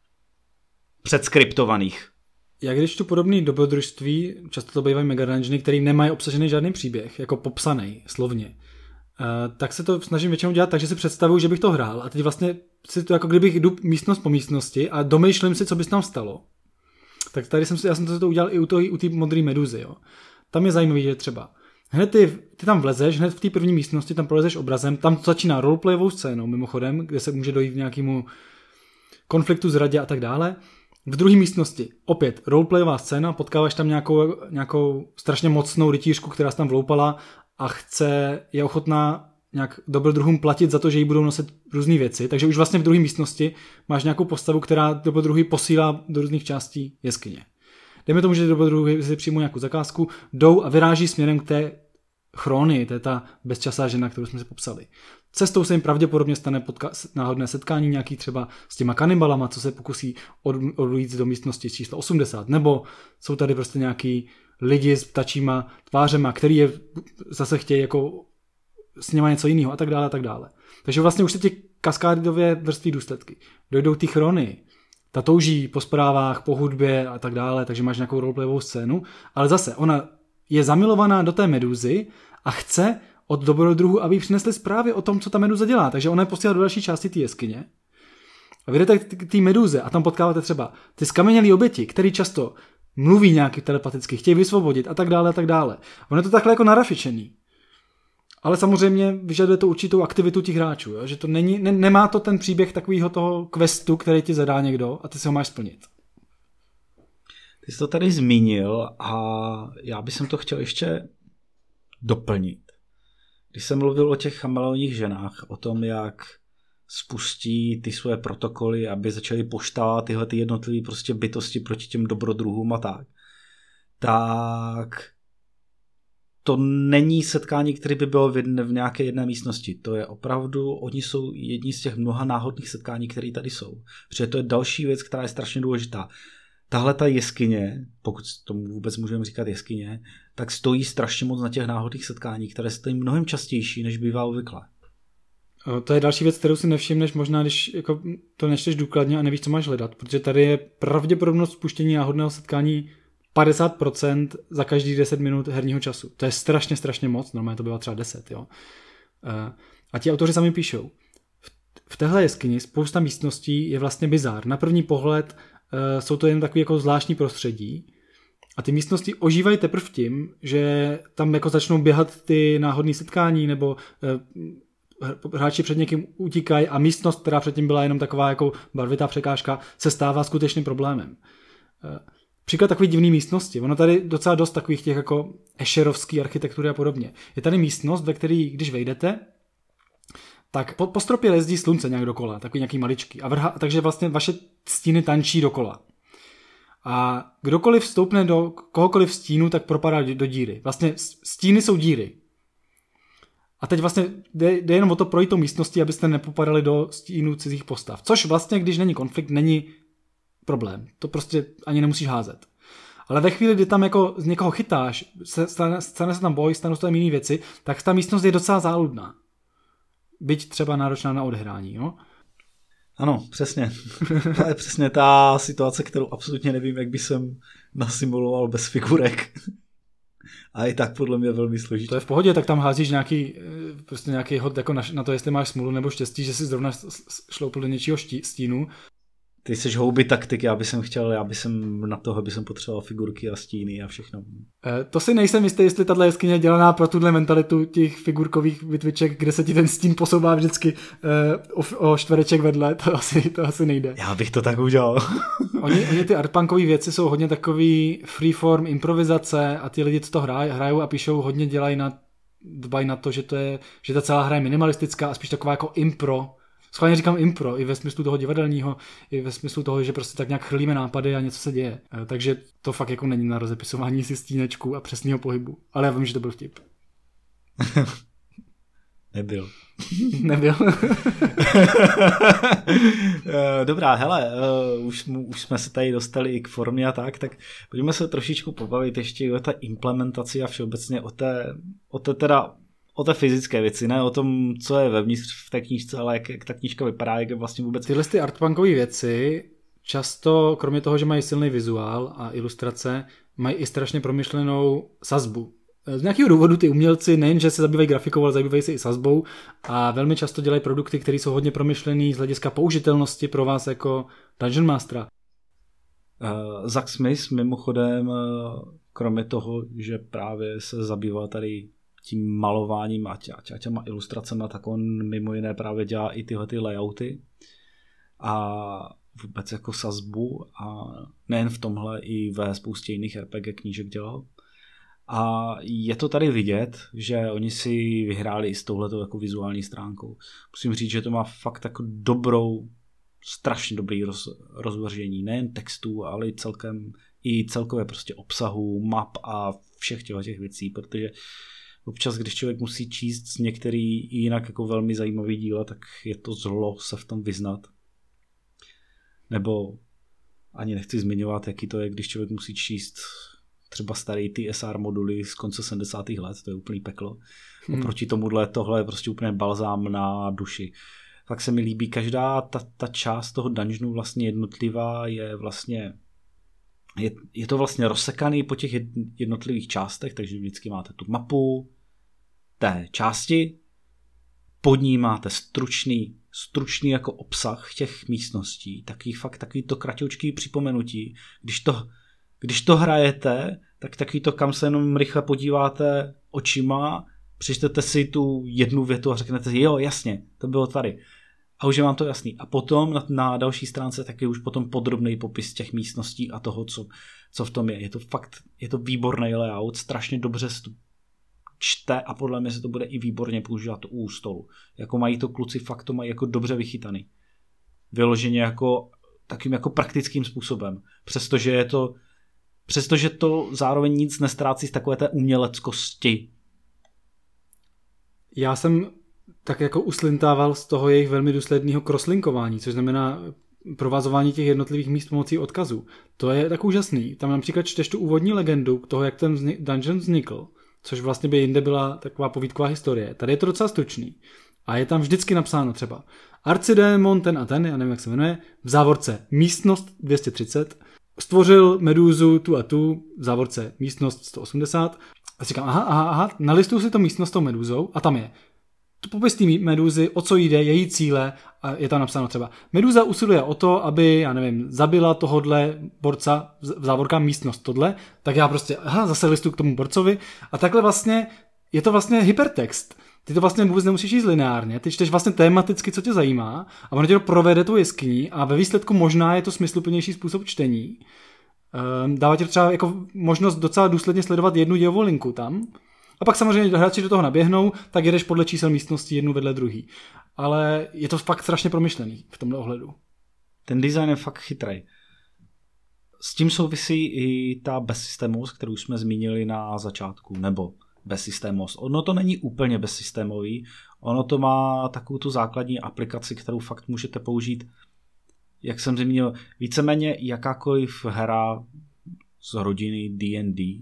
Předskriptovaných. Já když tu podobný dobrodružství, často to bývají megadungeony, který nemají obsažený žádný příběh, jako popsaný slovně, tak se to snažím většinou dělat tak, že si představuju, že bych to hrál a teď vlastně si to jako kdybych jdu místnost po místnosti a domýšlím si, co by se tam stalo. Tak tady jsem si, já jsem to, to udělal i u té u modré meduzy. Jo. Tam je zajímavý, že třeba hned ty, ty tam vlezeš, hned v té první místnosti, tam prolezeš obrazem, tam to začíná roleplayovou scénou mimochodem, kde se může dojít k nějakému konfliktu, zradě a tak dále. V druhé místnosti opět roleplayová scéna, potkáváš tam nějakou, nějakou strašně mocnou rytířku, která se tam vloupala a chce, je ochotná nějak dobrodruhům platit za to, že jí budou nosit různé věci. Takže už vlastně v druhé místnosti máš nějakou postavu, která dobrodruhy posílá do různých částí jeskyně. Dejme tomu, že dobrodruhy si přijmou nějakou zakázku, jdou a vyráží směrem k té Chronie, to je ta bezčasá žena, kterou jsme si popsali. Cestou se jim pravděpodobně stane podka- náhodné setkání nějaký třeba s těma kanibalama, co se pokusí od- odlít do místnosti číslo osmdesát, nebo jsou tady prostě nějaký lidi s ptačíma tvářema, který je zase chtějí jako s něma něco jiného a tak dále a tak dále. Takže vlastně už se ty kaskádové vrství důsledky. Dojdou ty Chronii, ta touží po zprávách, po hudbě a tak dále, takže máš nějakou roleplayovou scénu, ale zase ona je zamilovaná do té meduzy a chce od dobrodruhu, aby jí přinesli zprávy o tom, co ta meduza dělá. Takže ona je posílá do další části té jeskyně. A vy jdete k té meduze a tam potkáváte třeba ty skamenělý oběti, který často mluví nějaký telepaticky, chtějí vysvobodit a tak dále a tak dále. Ono je to takhle jako narafičený. Ale samozřejmě vyžaduje to určitou aktivitu těch hráčů, jo? Že to není, ne, nemá to ten příběh takového toho questu, který ti zadá někdo a ty si ho máš splnit. Ty jsi to tady zmínil a já bych to chtěl ještě doplnit. Když jsem mluvil o těch chameleonních ženách, o tom, jak spustí ty svoje protokoly, aby začaly poštávat tyhle ty jednotlivé prostě bytosti proti těm dobrodruhům a tak, tak to není setkání, které by bylo v, jedne, v nějaké jedné místnosti. To je opravdu, oni jsou jedni z těch mnoha náhodných setkání, které tady jsou. Protože to je další věc, která je strašně důležitá. Tahle ta jeskyně, pokud tomu vůbec můžeme říkat jeskyně, tak stojí strašně moc na těch náhodných setkáních, které jsou mnohem častější, než bývá obvykle. To je další věc, kterou si nevšimneš možná, když jako to nečteš důkladně a nevíš, co máš hledat, protože tady je pravděpodobnost spuštění náhodného setkání padesát procent za každých deset minut herního času. To je strašně, strašně moc, normálně to bylo třeba deset. Jo? A ti autoři sami píšou, v téhle jeskyni spousta místností je vlastně bizár. Na první pohled jsou to jen takový jako zvláštní prostředí, A ty místnosti ožívají teprve tím, že tam jako začnou běhat ty náhodné setkání nebo hráči před někým utíkají a místnost, která předtím byla jenom taková jako barvitá překážka, se stává skutečným problémem. Příklad takové divné místnosti. Ono tady docela dost takových těch jako ešerovský architektury a podobně. Je tady místnost, ve které, když vejdete, tak po, po stropě jezdí slunce nějak dokola, takový nějaký maličký. A vrha, takže vlastně vaše stíny tančí dokola. A kdokoliv vstoupne do kohokoliv stínu, tak propadá do díry. Vlastně stíny jsou díry. A teď vlastně jde, jde jenom o to projít tou místností, abyste nepopadali do stínů cizích postav. Což vlastně, když není konflikt, není problém. To prostě ani nemusíš házet. Ale ve chvíli, kdy tam jako z někoho chytáš, stane, stane se tam boj, stanou se tam jiné věci, tak ta místnost je docela záludná. Byť třeba náročná na odhrání, jo? Ano, přesně. To je přesně ta situace, kterou absolutně nevím, jak by jsem nasimuloval bez figurek. A i tak podle mě velmi složitý. To je v pohodě, tak tam házíš nějaký, prostě nějaký hod jako na, na to, jestli máš smůlu nebo štěstí, že si zrovna šloupil do něčího stínu. Ty jsi houby taktik, já bych chtěl, já bych na toho, aby jsem potřeboval figurky a stíny a všechno. E, to si nejsem jistý, jestli tato jeskyně je dělaná pro tuhle mentalitu těch figurkových bitviček, kde se ti ten stín posouvá vždycky e, o, o čtvereček vedle, to asi, to asi nejde. Já bych to tak udělal. oni, oni ty artpunkové věci jsou hodně takový freeform improvizace a ty lidi, co to hrají, hrajou a píšou, hodně dělají na, dbají na to, že, to je, že ta celá hra je minimalistická a spíš taková jako impro. Schválně říkám impro, i ve smyslu toho divadelního, i ve smyslu toho, že prostě tak nějak chrlíme nápady a něco se děje. Takže to fakt jako není na rozepisování si stínečku a přesného pohybu. Ale já vím, že to byl vtip. Nebyl. Nebyl. Dobrá, hele, už, už jsme se tady dostali i k formě a tak, tak pojďme se trošičku pobavit ještě o té implementaci a všeobecně o té, o té teda o té fyzické věci, ne o tom, co je vevnitř v té knížce, ale jak, jak ta knížka vypadá, jak je vlastně vůbec... Tyhle ty artpunkové věci často, kromě toho, že mají silný vizuál a ilustrace, mají i strašně promyšlenou sazbu. Z nějakého důvodu ty umělci nejenže se zabývají grafikou, ale zabývají se i sazbou a velmi často dělají produkty, které jsou hodně promyšlený z hlediska použitelnosti pro vás jako Dungeon Mastera. Uh, Zach Smith mimochodem, kromě toho, že právě se zabývá tady tím malováním a, tě, a těma ilustracemi, tak on mimo jiné právě dělá i tyhle ty layouty a vůbec jako sazbu a nejen v tomhle, i ve spoustě jiných R P G knížek dělal. A je to tady vidět, že oni si vyhráli i s touhletou jako vizuální stránkou. Musím říct, že to má fakt jako dobrou, strašně dobrý roz, rozvržení, nejen textů, ale i celkem, i celkově prostě obsahu, map a všech těch věcí, protože občas, když člověk musí číst některý jinak jako velmi zajímavý díla, tak je to zlo se v tom vyznat. Nebo ani nechci zmiňovat, jaký to je, když člověk musí číst třeba starý T S R moduly z konce sedmdesátých let, to je úplný peklo. Hmm. Oproti tomuhle tohle je prostě úplně balzám na duši. Fakt se mi líbí, každá ta, ta část toho dungeonu vlastně jednotlivá je vlastně je, je to vlastně rozsekaný po těch jednotlivých částech, takže vždycky máte tu mapu té části, pod ní máte stručný, stručný jako obsah těch místností, taky fakt takový to kratoučký připomenutí. Když to, když to hrajete, tak taky to, kam se jenom rychle podíváte očima, přečtete si tu jednu větu a řeknete si, jo, jasně, to bylo tady. A už je vám to jasný. A potom na, na další stránce taky už potom podrobný popis těch místností a toho, co, co v tom je. Je to fakt, je to výborný layout, strašně dobře se to čte a podle mě se to bude i výborně používat u stolu. Jako mají to kluci, fakt to mají jako dobře vychytaný. Vyloženě jako takým jako praktickým způsobem. Přestože je to, přestože to zároveň nic nestrácí z takové té uměleckosti. Já jsem tak jako uslintával z toho jejich velmi důsledného crosslinkování, což znamená provázování těch jednotlivých míst pomocí odkazů. To je tak úžasný. Tam například čteš tu úvodní legendu toho, jak ten vznik, dungeon vznikl, což vlastně by jinde byla taková povídková historie. Tady je to docela stručný. A je tam vždycky napsáno třeba arcidémon ten a ten, já nevím, jak se jmenuje, v závorce místnost dvě stě třicet, stvořil medúzu tu a tu, v závorce místnost sto osmdesát. A říkám, aha, aha, aha, nalistuju si to místnost s tou medúzou a tam je popis té Meduzy, o co jde, její cíle, a je tam napsáno třeba Meduza usiluje o to, aby, já nevím, zabila tohodle borca, v závorkách místnost tohle, tak já prostě, aha, zase listu k tomu borcovi a takhle vlastně, je to vlastně hypertext. Ty to vlastně vůbec nemusíš jít lineárně, ty čteš vlastně tematicky, co tě zajímá a ono tě to provede tu jeskyní a ve výsledku možná je to smysluplnější způsob čtení. Dává ti třeba jako možnost docela důsledně sledovat jednu dějovou linku tam. A pak samozřejmě hráči do toho naběhnou, tak jedeš podle čísel místnosti jednu vedle druhý. Ale je to fakt strašně promyšlený v tomhle ohledu. Ten design je fakt chytrý. S tím souvisí i ta bezsystémovost, kterou jsme zmínili na začátku, nebo bezsystémovost. Ono to není úplně bezsystémový, ono to má takovou tu základní aplikaci, kterou fakt můžete použít, jak jsem zmínil, víceméně jakákoliv hra z rodiny D and D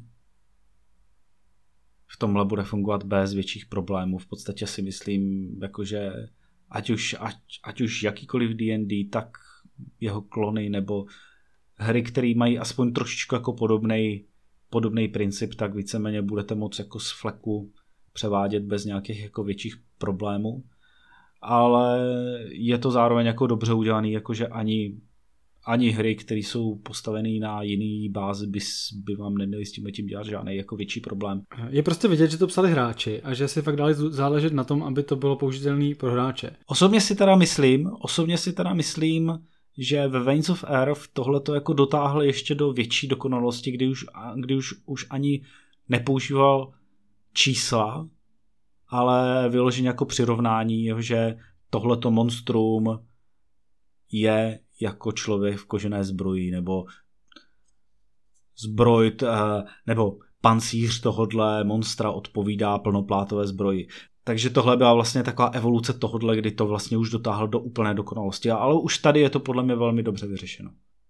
v tomhle bude fungovat bez větších problémů. V podstatě si myslím, jakože ať už, ať, ať už jakýkoliv D and D, tak jeho klony nebo hry, které mají aspoň trošičku jako podobnej, podobnej princip, tak víceméně budete moct jako z fleku převádět bez nějakých jako větších problémů. Ale je to zároveň jako dobře udělaný, jakože ani ani hry, které jsou postavené na jiný bázi, by, by vám neměli s tím tím dělat žádný jako větší problém. Je prostě vidět, že to psali hráči a že si fakt dali záležet na tom, aby to bylo použitelné pro hráče. Osobně si teda myslím, osobně si teda myslím, že ve Veins of Earth tohle to jako dotáhl ještě do větší dokonalosti, kdy už, kdy už, už ani nepoužíval čísla, ale vyloženě jako přirovnání, že tohleto monstrum je jako člověk v kožené zbroji, nebo zbroj, nebo pancíř tohodle monstra odpovídá plnoplátové zbroji. Takže tohle byla vlastně taková evoluce tohodle, kdy to vlastně už dotáhl do úplné dokonalosti, ale už tady je to podle mě velmi dobře vyřešeno.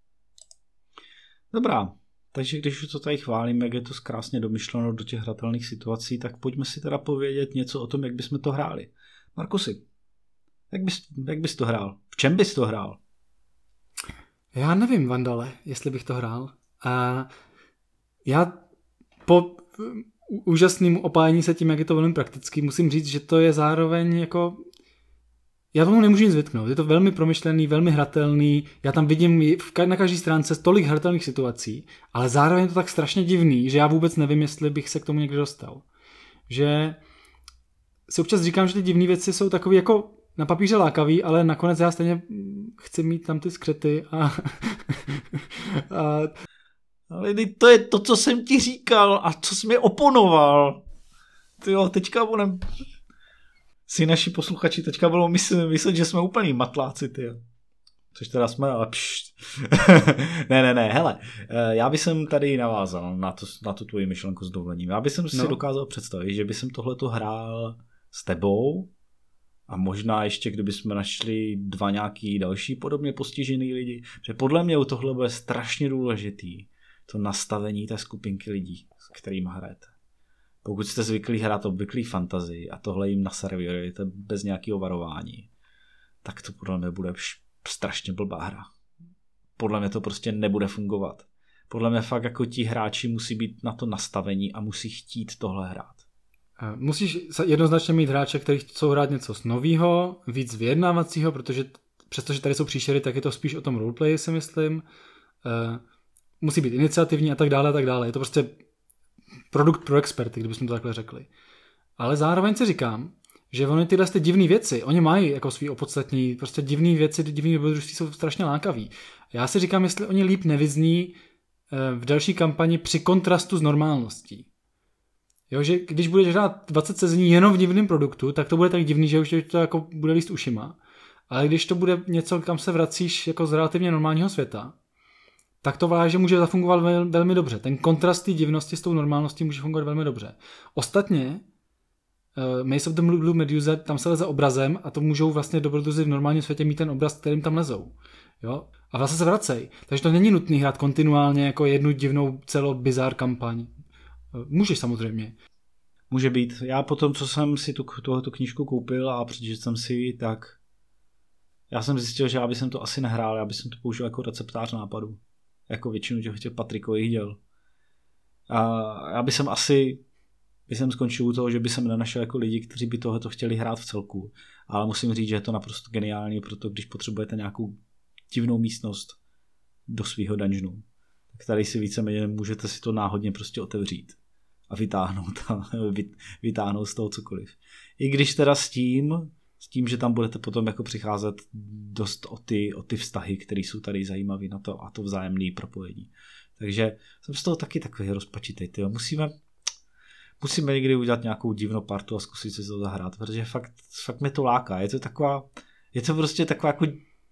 Dobrá, takže když už to tady chválím, jak je to krásně domyšleno do těch hratelných situací, tak pojďme si teda povědět něco o tom, jak bychom to hráli. Markusi, jak bys, jak bys to hrál? V čem bys to hrál? Já nevím, Vandale, jestli bych to hrál. A já po úžasným opájení se tím, jak je to velmi praktický, musím říct, že to je zároveň jako... Já tomu nemůžu nic vytknout. Je to velmi promyšlený, velmi hratelný. Já tam vidím na každé stránce tolik hratelných situací, ale zároveň je to tak strašně divný, že já vůbec nevím, jestli bych se k tomu někdy dostal. Že si občas říkám, že ty divné věci jsou takový jako na papíře lákavý, ale nakonec já stejně chci mít tam ty skřety a... a... Ale to je to, co jsem ti říkal a co jsi mi oponoval. Tyjo, teďka budem... Si naši posluchači teďka budou myslet, myslet, že jsme úplný matláci, tyjo. Což teda jsme, ale pšt. ne, ne, ne, hele, já bych jsem tady navázal na, to, na tu tvoji myšlenku s dovolením. Já bych jsem si no. dokázal představit, že bych jsem tohleto hrál s tebou a možná ještě, kdyby jsme našli dva nějaký další podobně postižený lidi, že podle mě u tohle bude strašně důležitý to nastavení té skupinky lidí, s kterými hrajete. Pokud jste zvyklí hrát obvyklý fantazii a tohle jim naservírujete bez nějakého varování, tak to podle mě bude strašně blbá hra. Podle mě to prostě nebude fungovat. Podle mě fakt jako ti hráči musí být na to nastavení a musí chtít tohle hrát. Musíš jednoznačně mít hráče, kteří chcou hrát něco z novýho, víc vyjednávacího, protože přestože tady jsou příšery, tak je to spíš o tom roleplay, si myslím. Musí být iniciativní a tak dále a tak dále. Je to prostě produkt pro experty, kdybychom to takhle řekli. Ale zároveň si říkám, že oni tyhle ty divné věci, oni mají jako svý opodstatní, prostě divné věci, divné dobrodružství jsou strašně lákavý. Já si říkám, jestli oni líp nevyzní v další kampani při kontrastu s normálností. Jo, že když budeš hrát dvacet sezení jenom v divném produktu, tak to bude tak divný, že už to jako bude líst ušima. Ale když to bude něco, kam se vracíš jako z relativně normálního světa, tak to váže může zafungovat vel, velmi dobře. Ten kontrast té divnosti s tou normálností může fungovat velmi dobře. Ostatně uh, Maze of the Blue Medusa, tam se leze obrazem a to můžou vlastně dobrodruzi v normálním světě mít ten obraz, kterým tam lezou. Jo? A vlastně se vracej. Takže to není nutný hrát kontinuálně jako jednu divnou celou bizár kampaň. Uh, můžeš samozřejmě. Může být. Já potom, co jsem si tu, tuhletu knížku koupil a přečetl jsem si ji, tak já jsem zjistil, že já bych to asi nehrál, já bych to použil jako receptář nápadů. Jako většinu těch Patrikových děl. A já bych jsem asi by jsem skončil u toho, že by jsem nenašel jako lidi, kteří by tohleto chtěli hrát v celku. Ale musím říct, že je to naprosto geniální, proto když potřebujete nějakou divnou místnost do svého dungeonu, tak tady si víceméně můžete si to náhodně prostě otevřít a vytáhnout, a vytáhnout z toho cokoliv. I když teda s tím, s tím, že tam budete potom jako přicházet dost o ty, o ty vztahy, které jsou tady zajímavé na to a to vzájemné propojení. Takže jsem z toho taky takový rozpačitej. Tyjo. Musíme, musíme někdy udělat nějakou divnou partu a zkusit si to zahrát, protože fakt, fakt mě to láká. Je to taková, je to prostě taková jako,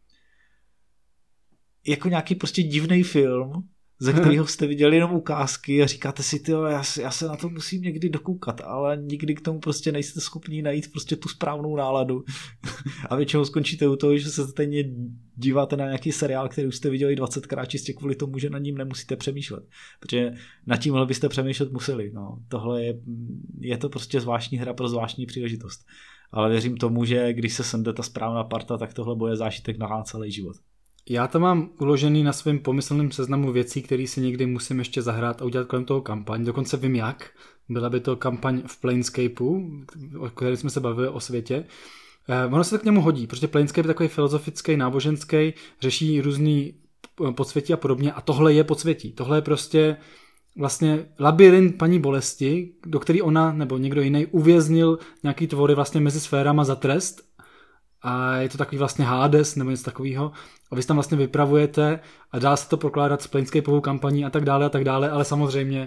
jako nějaký prostě divný film, ze kterého jste viděli jenom ukázky a říkáte si, tyjo, já, já se na to musím někdy dokoukat, ale nikdy k tomu prostě nejste schopni najít prostě tu správnou náladu. A většinou skončíte u toho, že se stejně díváte na nějaký seriál, který už jste viděli dvacetkrát čistě kvůli tomu, že na ním nemusíte přemýšlet. Protože nad tímhle byste přemýšlet museli. No, tohle je, je to prostě zvláštní hra pro zvláštní příležitost. Ale věřím tomu, že když se sende ta správná parta, tak tohle bude zážitek na celý život. Já to mám uložený na svém pomyslném seznamu věcí, které si někdy musím ještě zahrát a udělat kolem toho kampaň. Dokonce vím jak. Byla by to kampaň v Planescapeu, o které jsme se bavili o světě. Eh, ono se to k němu hodí, protože Planescape je takový filozofický, náboženský, řeší různý podsvětí a podobně a tohle je podsvětí. Tohle je prostě vlastně labyrint paní bolesti, do který ona nebo někdo jiný uvěznil nějaký tvory vlastně mezi sférama za trest. A je to takový vlastně Hades nebo něco takového. A vy tam vlastně vypravujete a dá se to prokládat s Planescapeovou kampaní a tak dále a tak dále, ale samozřejmě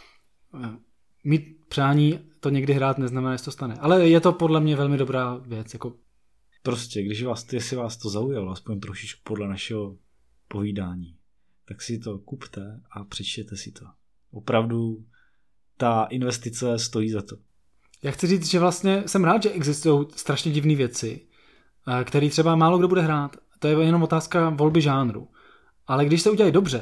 mít přání to někdy hrát neznamená, že to stane. Ale je to podle mě velmi dobrá věc. Jako... Prostě, když vás, jestli vás to zaujalo, aspoň trošičku podle našeho povídání, tak si to kupte a přečtěte si to. Opravdu ta investice stojí za to. Já chci říct, že vlastně jsem rád, že existují strašně divné věci, který třeba málo kdo bude hrát. To je jenom otázka volby žánru. Ale když se udělají dobře,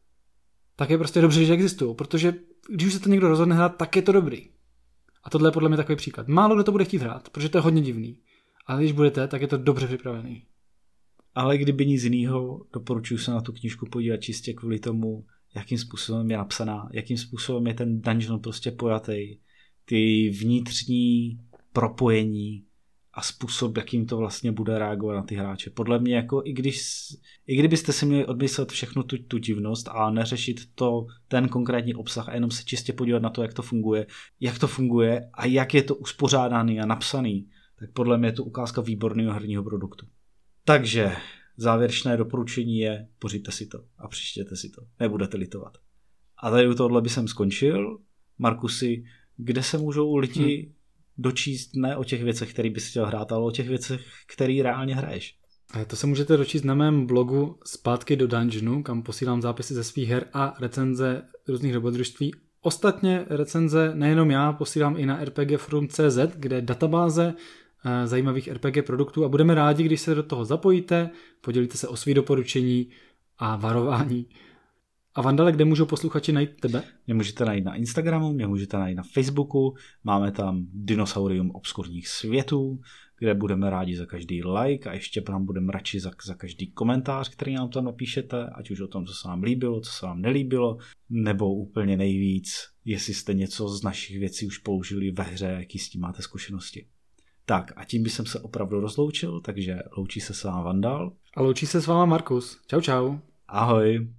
tak je prostě dobře, že existují. Protože když už se to někdo rozhodne hrát, tak je to dobrý. A tohle je podle mě takový příklad. Málo kdo to bude chtít hrát, protože to je hodně divný. Ale když budete, tak je to dobře připravený. Ale kdyby nic jiného, doporučuji se na tu knížku podívat čistě kvůli tomu, jakým způsobem je napsaná, jakým způsobem je ten dungeon prostě pojatý, ty vnitřní propojení a způsob, jakým to vlastně bude reagovat na ty hráče. Podle mě, jako i, když, i kdybyste si měli odmyslet všechnu tu, tu divnost a neřešit to, ten konkrétní obsah a jenom se čistě podívat na to, jak to funguje, jak to funguje a jak je to uspořádaný a napsaný, tak podle mě je to ukázka výborného herního produktu. Takže závěrečné doporučení je, pořiďte si to a přečtěte si to. Nebudete litovat. A tady u tohohle by jsem skončil. Markusi, kde se můžou lidi hmm. dočíst ne o těch věcech, které bys chtěl hrát, ale o těch věcech, které reálně hraješ? A to se můžete dočíst na mém blogu Zpátky do Dungeonu, kam posílám zápisy ze svých her a recenze různých dobrodružství. Ostatně recenze nejenom já, posílám i na R P G forum tečka cé zet, kde je databáze zajímavých R P G produktů a budeme rádi, když se do toho zapojíte, podělíte se o svý doporučení a varování. A Vandale, kde můžou posluchači najít tebe? Mě můžete najít na Instagramu, mě můžete najít na Facebooku, máme tam Dinosaurium obskurních světů, kde budeme rádi za každý like a ještě nám budeme radši za, za každý komentář, který nám tam napíšete, ať už o tom, co se vám líbilo, co se vám nelíbilo, nebo úplně nejvíc, jestli jste něco z našich věcí už použili ve hře, jaký s tím máte zkušenosti. Tak a tím bych se opravdu rozloučil, takže loučí se s váma Vandal. A loučí se s váma Markus. Čau čau. Ahoj.